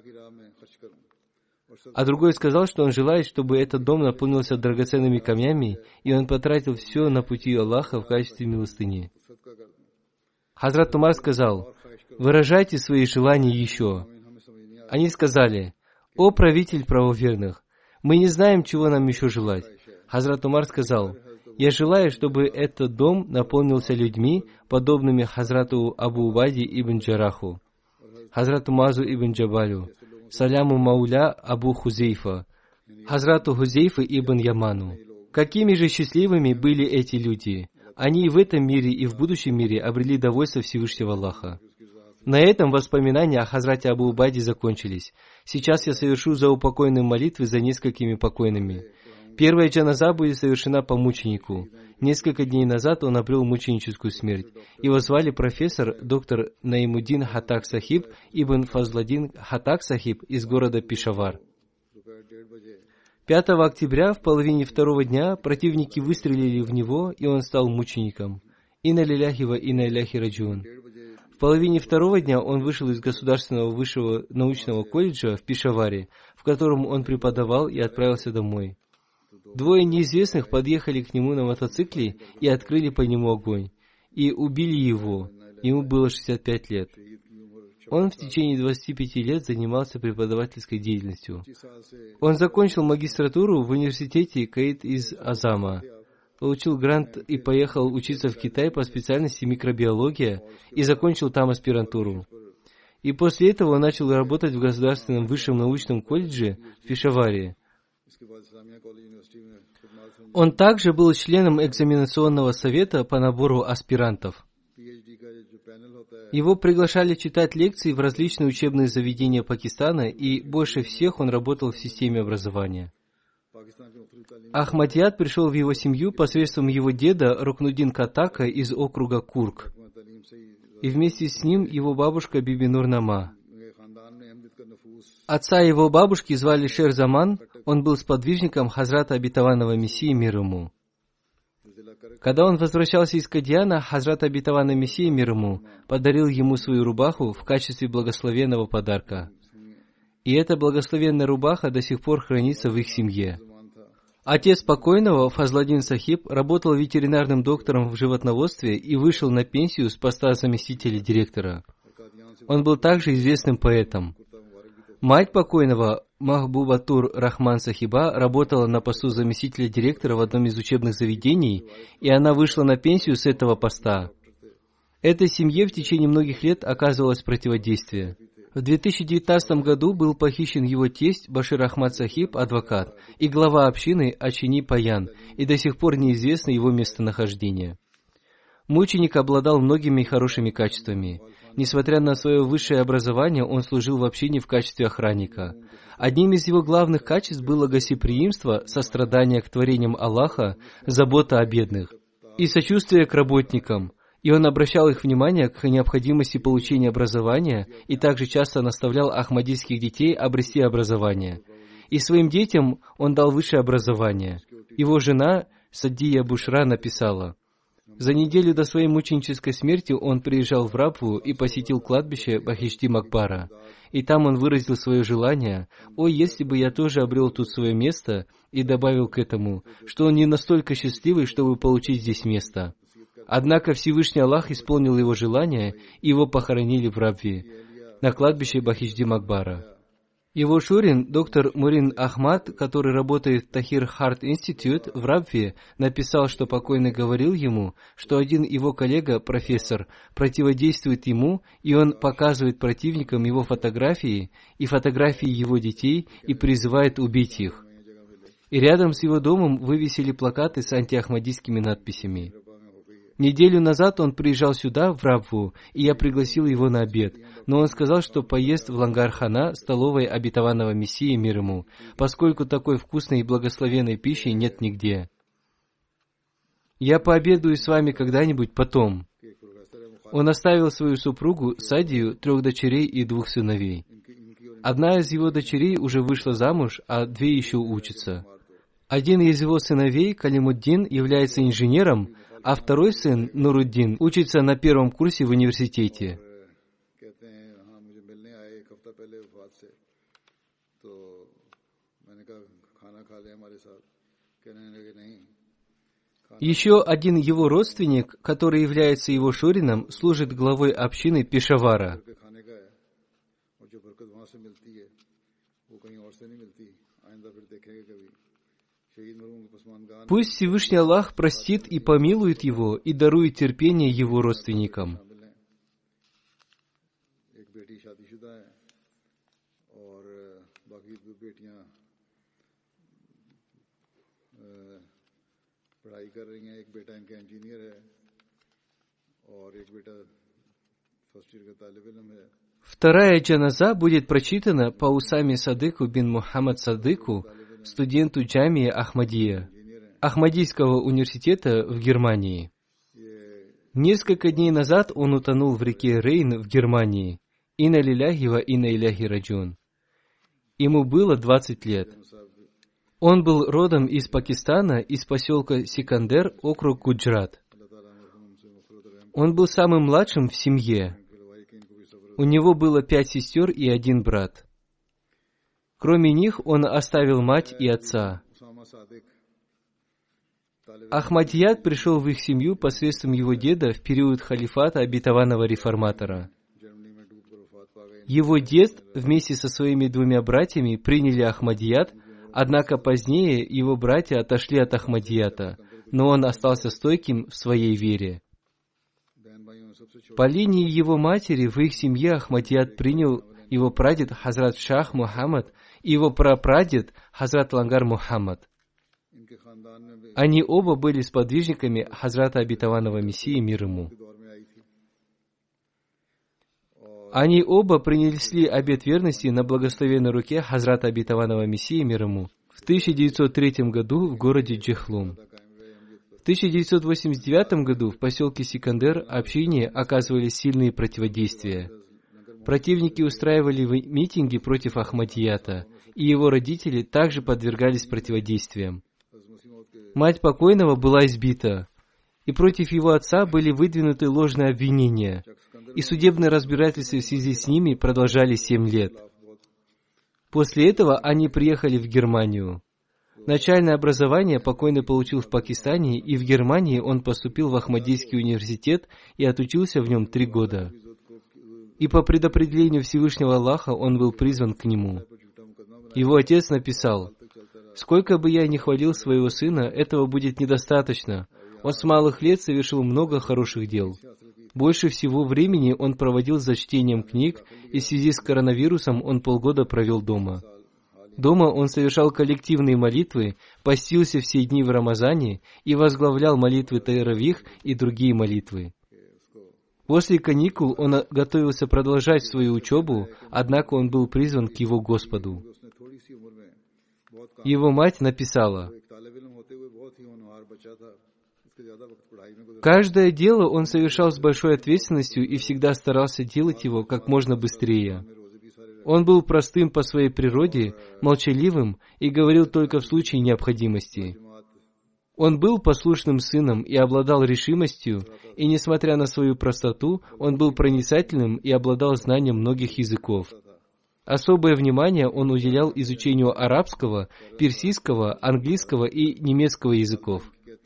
А другой сказал, что он желает, чтобы этот дом наполнился драгоценными камнями, и он потратил все на пути Аллаха в качестве милостыни. Хазрат Умар сказал: «Выражайте свои желания еще». Они сказали: «О правитель правоверных, мы не знаем, чего нам еще желать». Хазрат Умар сказал: «Я желаю, чтобы этот дом наполнился людьми, подобными Хазрату Абу Убайде ибн Джараху, Хазрату Мазу ибн Джабалю, Саляму Мауля Абу Хузейфа, Хазрату Хузейфа ибн Яману». Какими же счастливыми были эти люди! Они и в этом мире, и в будущем мире обрели довольство Всевышнего Аллаха. На этом воспоминания о Хазрате Абу Убайде закончились. Сейчас я совершу заупокойные молитвы за несколькими покойными. Первая джаназа будет совершена по мученику. Несколько дней назад он обрел мученическую смерть. Его звали профессор доктор Наимуддин Хатак Сахиб ибн Фазладдин Хатак Сахиб из города Пешавар. пятого октября в половине второго дня противники выстрелили в него, и он стал мучеником. Инна лиляхи ва инна иляйхи раджиун. В половине второго дня он вышел из Государственного высшего научного колледжа в Пешаваре, в котором он преподавал, и отправился домой. Двое неизвестных подъехали к нему на мотоцикле и открыли по нему огонь, и убили его. Ему было шестьдесят пять лет. Он в течение двадцати пяти лет занимался преподавательской деятельностью. Он закончил магистратуру в университете Каид из Азама, получил грант и поехал учиться в Китай по специальности микробиология и закончил там аспирантуру. И после этого он начал работать в Государственном высшем научном колледже в Пешаваре. Он также был членом экзаменационного совета по набору аспирантов. Его приглашали читать лекции в различные учебные заведения Пакистана, и больше всех он работал в системе образования. Ахмадьяд пришел в его семью посредством его деда Рукнуддин Катака из округа Курк, и вместе с ним его бабушка Биби Нурнама. Отца его бабушки звали Шер Заман, он был сподвижником Хазрата Обетованного Мессии мир ему. Когда он возвращался из Кадьяна, Хазрат Обетованный Мессия мир ему подарил ему свою рубаху в качестве благословенного подарка. И эта благословенная рубаха до сих пор хранится в их семье. Отец покойного, Фазладдин Сахиб, работал ветеринарным доктором в животноводстве и вышел на пенсию с поста заместителя директора. Он был также известным поэтом. Мать покойного, Махбубатур Рахман Сахиба, работала на посту заместителя директора в одном из учебных заведений, и она вышла на пенсию с этого поста. Этой семье в течение многих лет оказывалось противодействие. В две тысячи девятнадцатом году был похищен его тесть Башир Ахмад Сахиб, адвокат, и глава общины Ачини Паян, и до сих пор неизвестно его местонахождение. Мученик обладал многими хорошими качествами. Несмотря на свое высшее образование, он служил в общине в качестве охранника. Одним из его главных качеств было гостеприимство, сострадание к творениям Аллаха, забота о бедных и сочувствие к работникам. И он обращал их внимание к необходимости получения образования и также часто наставлял ахмадийских детей обрести образование. И своим детям он дал высшее образование. Его жена Саддия Бушра написала: «За неделю до своей мученической смерти он приезжал в Рабву и посетил кладбище Бахишти Макбара. И там он выразил свое желание: «О, если бы я тоже обрел тут свое место», и добавил к этому, что он не настолько счастливый, чтобы получить здесь место. Однако Всевышний Аллах исполнил его желание, и его похоронили в Рабве, на кладбище Бахишти Макбара. Его шурин, доктор Мурин Ахмад, который работает в Тахир Харт Институт в Рабве, написал, что покойный говорил ему, что один его коллега, профессор, противодействует ему, и он показывает противникам его фотографии и фотографии его детей и призывает убить их. И рядом с его домом вывесили плакаты с антиахмадийскими надписями. Неделю назад он приезжал сюда, в Рабву, и я пригласил его на обед. Но он сказал, что поест в Лангар-хана, столовой обетованного Мессии, мир ему, поскольку такой вкусной и благословенной пищи нет нигде. Я пообедаю с вами когда-нибудь потом. Он оставил свою супругу Садию, трех дочерей и двух сыновей. Одна из его дочерей уже вышла замуж, а две еще учатся. Один из его сыновей, Калимуддин, является инженером, а второй сын, Нуруддин, учится на первом курсе в университете. Еще один его родственник, который является его шурином, служит главой общины Пешавара. Пусть Всевышний Аллах простит и помилует его и дарует терпение его родственникам. Вторая джаназа будет прочитана по Усаме Садыку бин Мухаммад Садыку, студенту джамии Ахмадия, Ахмадийского университета в Германии. Несколько дней назад он утонул в реке Рейн в Германии. Инна лиляхи ва инна иляхи раджун. Ему было двадцать лет. Он был родом из Пакистана, из поселка Сикандер, округ Гуджрат. Он был самым младшим в семье. У него было пять сестер и один брат. Кроме них он оставил мать и отца. Ахмадият пришел в их семью посредством его деда в период халифата обетованного реформатора. Его дед вместе со своими двумя братьями приняли Ахмадият, однако позднее его братья отошли от Ахмадията, но он остался стойким в своей вере. По линии его матери в их семье Ахмадият принял его прадед Хазрат Шах Мухаммад и его прапрадед Хазрат Лангар Мухаммад. Они оба были сподвижниками Хазрата обетованного Мессии, мир ему. Они оба принесли обет верности на благословенной руке Хазрата обетованного Мессии, мир ему, в тысяча девятьсот третьем году в городе Джехлум. В тысяча девятьсот восемьдесят девятом году в поселке Сикандер общине оказывали сильные противодействия. Противники устраивали митинги против Ахмадията, и его родители также подвергались противодействиям. Мать покойного была избита, и против его отца были выдвинуты ложные обвинения, и судебные разбирательства в связи с ними продолжались семь лет. После этого они приехали в Германию. Начальное образование покойный получил в Пакистане, и в Германии он поступил в Ахмадийский университет и отучился в нем три года. И по предопределению Всевышнего Аллаха он был призван к нему. Его отец написал: «Сколько бы я ни хвалил своего сына, этого будет недостаточно. Он с малых лет совершил много хороших дел. Больше всего времени он проводил за чтением книг, и в связи с коронавирусом он полгода провел дома. Дома он совершал коллективные молитвы, постился все дни в Рамазане и возглавлял молитвы Таравих и другие молитвы. После каникул он готовился продолжать свою учебу, однако он был призван к его Господу». Его мать написала: «Каждое дело он совершал с большой ответственностью и всегда старался делать его как можно быстрее. Он был простым по своей природе, молчаливым и говорил только в случае необходимости. Он был послушным сыном и обладал решимостью, и, несмотря на свою простоту, он был проницательным и обладал знанием многих языков. Особое внимание он уделял изучению арабского, персидского, английского и немецкого языков.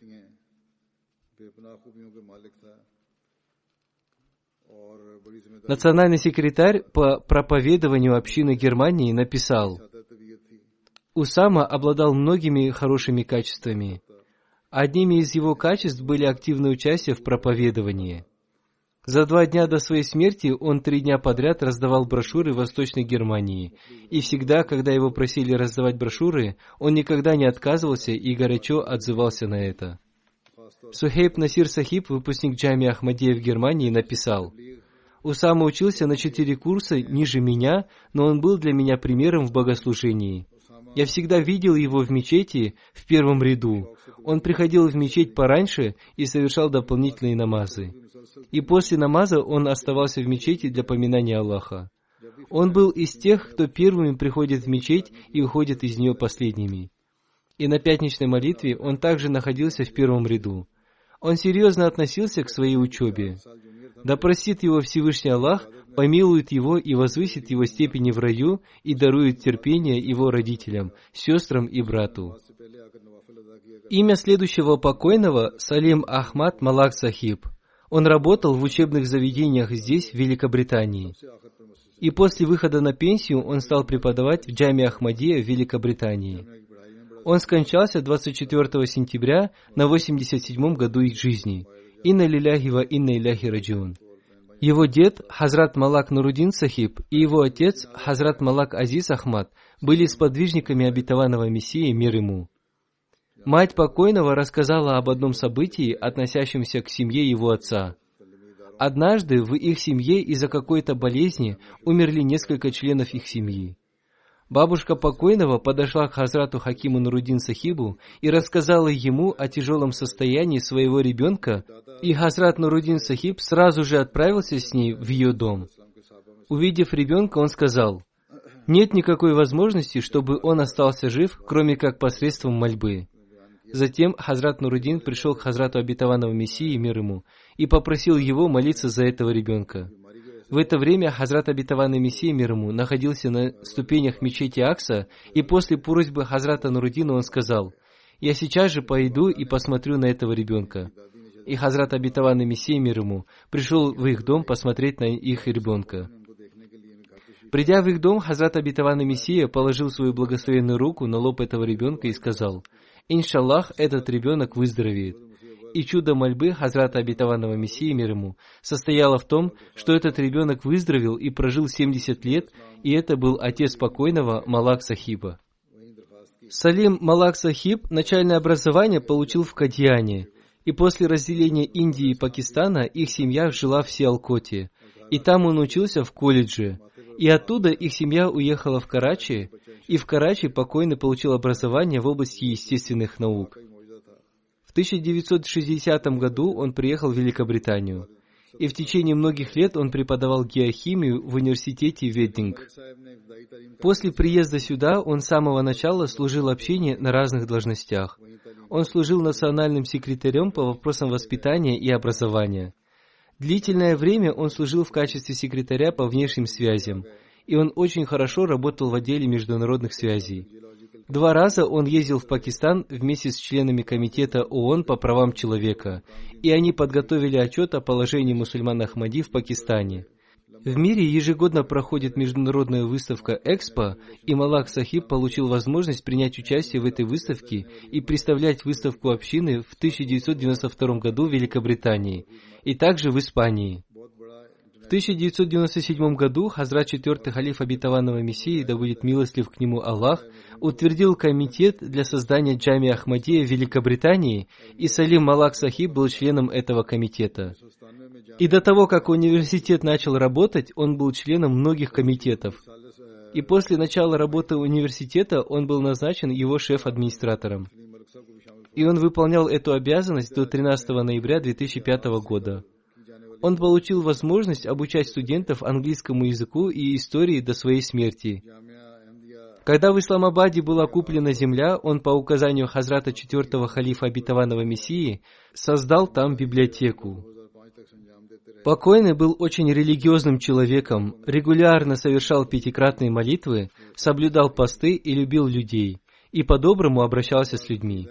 Национальный секретарь по проповедованию общины Германии написал: «Усама обладал многими хорошими качествами. Одними из его качеств были активное участие в проповедовании. За два дня до своей смерти он три дня подряд раздавал брошюры в Восточной Германии, и всегда, когда его просили раздавать брошюры, он никогда не отказывался и горячо отзывался на это. Сухейб Насир Сахиб, выпускник Джами Ахмадия в Германии, написал: «Усама учился на четыре курса ниже меня, но он был для меня примером в богослужении. Я всегда видел его в мечети в первом ряду. Он приходил в мечеть пораньше и совершал дополнительные намазы. И после намаза он оставался в мечети для поминания Аллаха. Он был из тех, кто первыми приходит в мечеть и уходит из нее последними. И на пятничной молитве он также находился в первом ряду. Он серьезно относился к своей учебе. Да простит его Всевышний Аллах, помилует его и возвысит его степени в раю и дарует терпение его родителям, сестрам и брату». Имя следующего покойного — Салим Ахмад Малак Сахиб. Он работал в учебных заведениях здесь, в Великобритании. И после выхода на пенсию он стал преподавать в Джами Ахмадия в Великобритании. Он скончался двадцать четвёртого сентября на восемьдесят седьмом году их жизни. Инна лиляхи ва инна иляхи раджиун. Его дед, Хазрат Малак Нуруддин Сахиб, и его отец, Хазрат Малак Азиз Ахмад, были сподвижниками обетованного Мессии, мир ему. Мать покойного рассказала об одном событии, относящемся к семье его отца. Однажды в их семье из-за какой-то болезни умерли несколько членов их семьи. Бабушка покойного подошла к Хазрату Хакиму Нуруддин Сахибу и рассказала ему о тяжелом состоянии своего ребенка, и Хазрат Нуруддин Сахиб сразу же отправился с ней в ее дом. Увидев ребенка, он сказал: «Нет никакой возможности, чтобы он остался жив, кроме как посредством мольбы». Затем Хазрат Нуруддин пришел к Хазрату обетованного Мессии, мир ему, и попросил его молиться за этого ребенка. В это время Хазрат обетованный Мессия, мир ему, находился на ступенях мечети Акса, и после просьбы Хазрата Нуруддина он сказал: «Я сейчас же пойду и посмотрю на этого ребенка». И Хазрат обетованный Мессия, мир ему, пришел в их дом посмотреть на их ребенка. Придя в их дом, Хазрат обетованный Мессия положил свою благословенную руку на лоб этого ребенка и сказал: «Иншаллах, этот ребенок выздоровеет». И чудо мольбы Хазрата обетованного Мессии, мир ему, состояло в том, что этот ребенок выздоровел и прожил семьдесят лет, и это был отец покойного Малак Сахиба. Салим Малак Сахиб начальное образование получил в Кадьяне, и после разделения Индии и Пакистана их семья жила в Сиалкоте, и там он учился в колледже, и оттуда их семья уехала в Карачи, и в Карачи покойный получил образование в области естественных наук. В тысяча девятьсот шестидесятом году он приехал в Великобританию, и в течение многих лет он преподавал геохимию в университете Веддинг. После приезда сюда он с самого начала служил общине на разных должностях. Он служил национальным секретарем по вопросам воспитания и образования. Длительное время он служил в качестве секретаря по внешним связям, и он очень хорошо работал в отделе международных связей. Два раза он ездил в Пакистан вместе с членами Комитета ООН по правам человека, и они подготовили отчет о положении мусульман Ахмади в Пакистане. В мире ежегодно проходит международная выставка «Экспо», и Малак Сахиб получил возможность принять участие в этой выставке и представлять выставку общины в тысяча девятьсот девяносто втором году в Великобритании, и также в Испании. В тысяча девятьсот девяносто седьмом году Хазрат четвертый халиф обетованного Мессии, да будет милостлив к нему Аллах, утвердил комитет для создания Джами Ахмадия в Великобритании, и Салим Малак Сахиб был членом этого комитета. И до того, как университет начал работать, он был членом многих комитетов. И после начала работы университета он был назначен его шеф-администратором. И он выполнял эту обязанность до тринадцатого ноября две тысячи пятого года. Он получил возможность обучать студентов английскому языку и истории до своей смерти. Когда в Исламабаде была куплена земля, он по указанию Хазрата четвертого халифа обетованного Мессии создал там библиотеку. Покойный был очень религиозным человеком, регулярно совершал пятикратные молитвы, соблюдал посты и любил людей, и по-доброму обращался с людьми.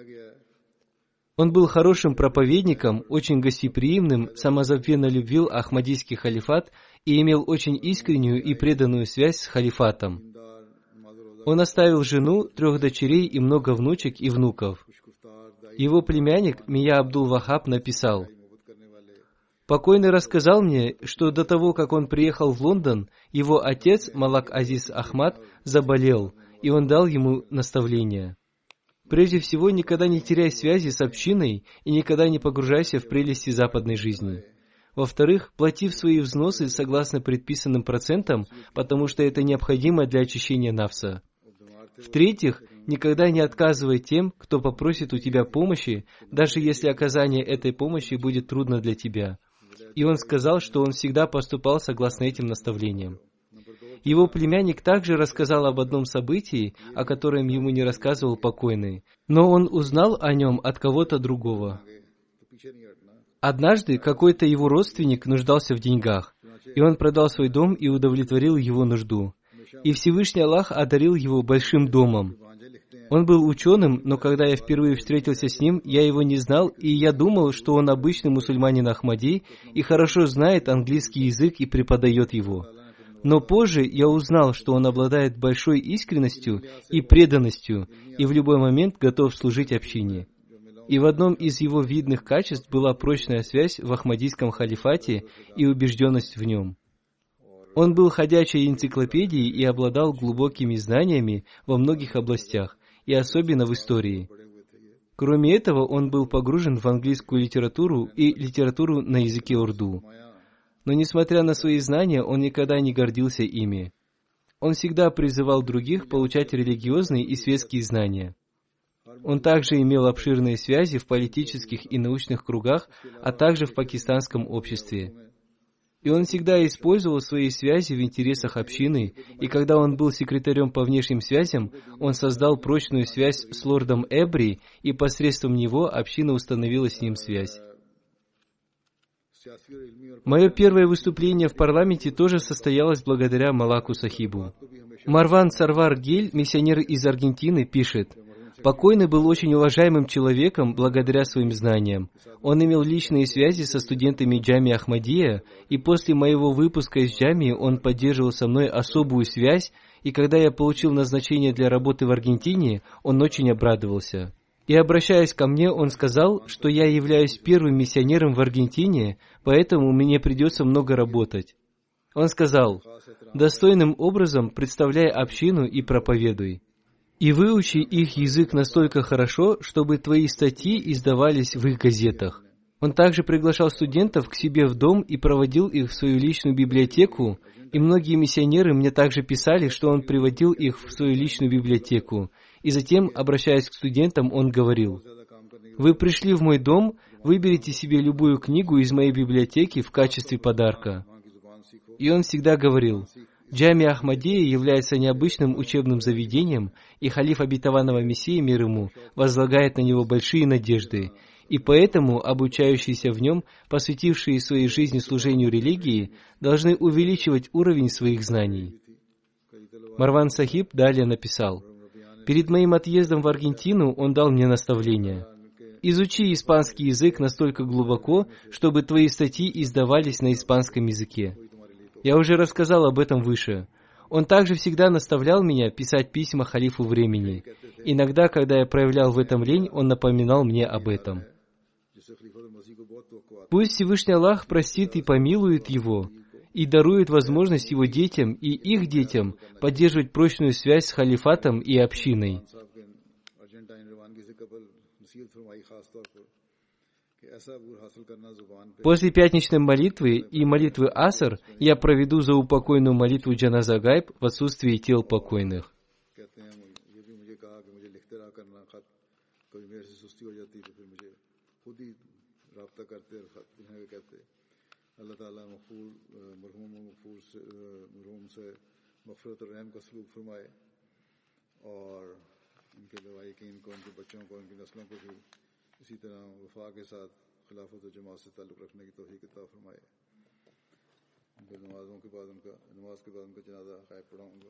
Он был хорошим проповедником, очень гостеприимным, самозабвенно любил Ахмадийский халифат и имел очень искреннюю и преданную связь с халифатом. Он оставил жену, трех дочерей и много внучек и внуков. Его племянник Мия Абдул-Вахаб написал: «Покойный рассказал мне, что до того, как он приехал в Лондон, его отец, Малак Азиз Ахмад, заболел, и он дал ему наставление. Прежде всего, никогда не теряй связи с общиной и никогда не погружайся в прелести западной жизни. Во-вторых, плати свои взносы согласно предписанным процентам, потому что это необходимо для очищения нафса. В-третьих, никогда не отказывай тем, кто попросит у тебя помощи, даже если оказание этой помощи будет трудно для тебя. И он сказал, что он всегда поступал согласно этим наставлениям. Его племянник также рассказал об одном событии, о котором ему не рассказывал покойный, но он узнал о нем от кого-то другого. Однажды какой-то его родственник нуждался в деньгах, и он продал свой дом и удовлетворил его нужду. И Всевышний Аллах одарил его большим домом. Он был ученым, но когда я впервые встретился с ним, я его не знал, и я думал, что он обычный мусульманин Ахмади и хорошо знает английский язык и преподает его. Но позже я узнал, что он обладает большой искренностью и преданностью, и в любой момент готов служить общине. И в одном из его видных качеств была прочная связь в Ахмадийском халифате и убежденность в нем. Он был ходячей энциклопедией и обладал глубокими знаниями во многих областях, и особенно в истории. Кроме этого, он был погружен в английскую литературу и литературу на языке урду. Но несмотря на свои знания, он никогда не гордился ими. Он всегда призывал других получать религиозные и светские знания. Он также имел обширные связи в политических и научных кругах, а также в пакистанском обществе. И он всегда использовал свои связи в интересах общины, и когда он был секретарем по внешним связям, он создал прочную связь с лордом Эбри, и посредством него община установила с ним связь. Мое первое выступление в парламенте тоже состоялось благодаря Малаку Сахибу. Марван Сарвар Гель, миссионер из Аргентины, пишет: «Покойный был очень уважаемым человеком благодаря своим знаниям. Он имел личные связи со студентами Джами Ахмадия, и после моего выпуска из Джами он поддерживал со мной особую связь, и когда я получил назначение для работы в Аргентине, он очень обрадовался. И обращаясь ко мне, он сказал, что я являюсь первым миссионером в Аргентине, поэтому мне придется много работать. Он сказал: достойным образом представляй общину и проповедуй. И выучи их язык настолько хорошо, чтобы твои статьи издавались в их газетах. Он также приглашал студентов к себе в дом и проводил их в свою личную библиотеку, и многие миссионеры мне также писали, что он приводил их в свою личную библиотеку. И затем, обращаясь к студентам, он говорил: «Вы пришли в мой дом, выберите себе любую книгу из моей библиотеки в качестве подарка». И он всегда говорил: Джами Ахмадия является необычным учебным заведением, и халиф обетованного Мессии, мир ему, возлагает на него большие надежды, и поэтому обучающиеся в нем, посвятившие своей жизни служению религии, должны увеличивать уровень своих знаний. Марван Сахиб далее написал: «Перед моим отъездом в Аргентину он дал мне наставление. Изучи испанский язык настолько глубоко, чтобы твои статьи издавались на испанском языке. Я уже рассказал об этом выше. Он также всегда наставлял меня писать письма халифу времени. Иногда, когда я проявлял в этом лень, он напоминал мне об этом. Пусть Всевышний Аллах простит и помилует его, и дарует возможность его детям и их детям поддерживать прочную связь с халифатом и общиной». После пятничной молитвы и молитвы Аср я проведу заупокойную молитву Джаназа Гайб в отсутствии тел покойных. इसी तरह वफा के साथ खिलाफत और जमात से ताल्लुक़ रखने की तौफीक अता फरमाए। फिर नमाज़ों के बाद उनका नमाज के बाद उनका जनाजा गायब पढ़ाऊँगा।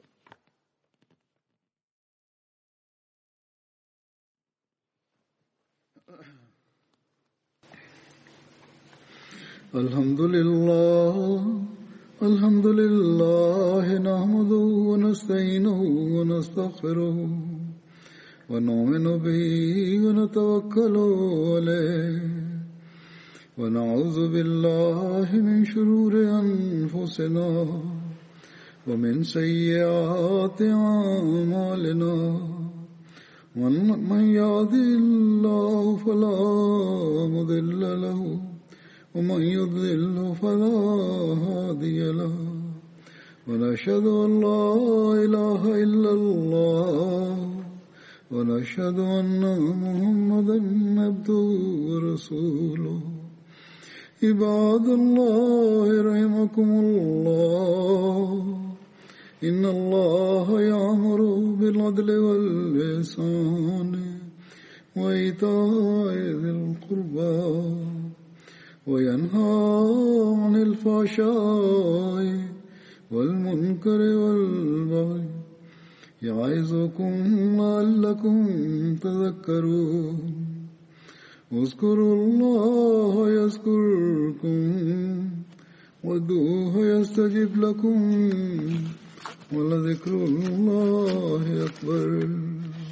अल्हम्दुलिल्लाह अल्हम्दुलिल्लाह नहमदुहु व नस्तईनुहु व नस्तगफिरुहु ونؤمن به ونتوكل عليه ونعوذ بالله من شرور أنفسنا ومن سيئات أعمالنا من يهده الله فلا مضل له ومن يضلل فلا هادي له ونشهد أن لا إله إلا الله ونشهد أن محمدا عبده ورسوله عباد الله رحمكم الله إن الله يأمر بالعدل والإحسان وإيتاء ذي القربى وينهى عن الفحشاء والمنكر والبغي يعظكم لعلكم تذكرون اذكروا الله يذكركم وادعوه يستجب لكم ولذكر الله أكبر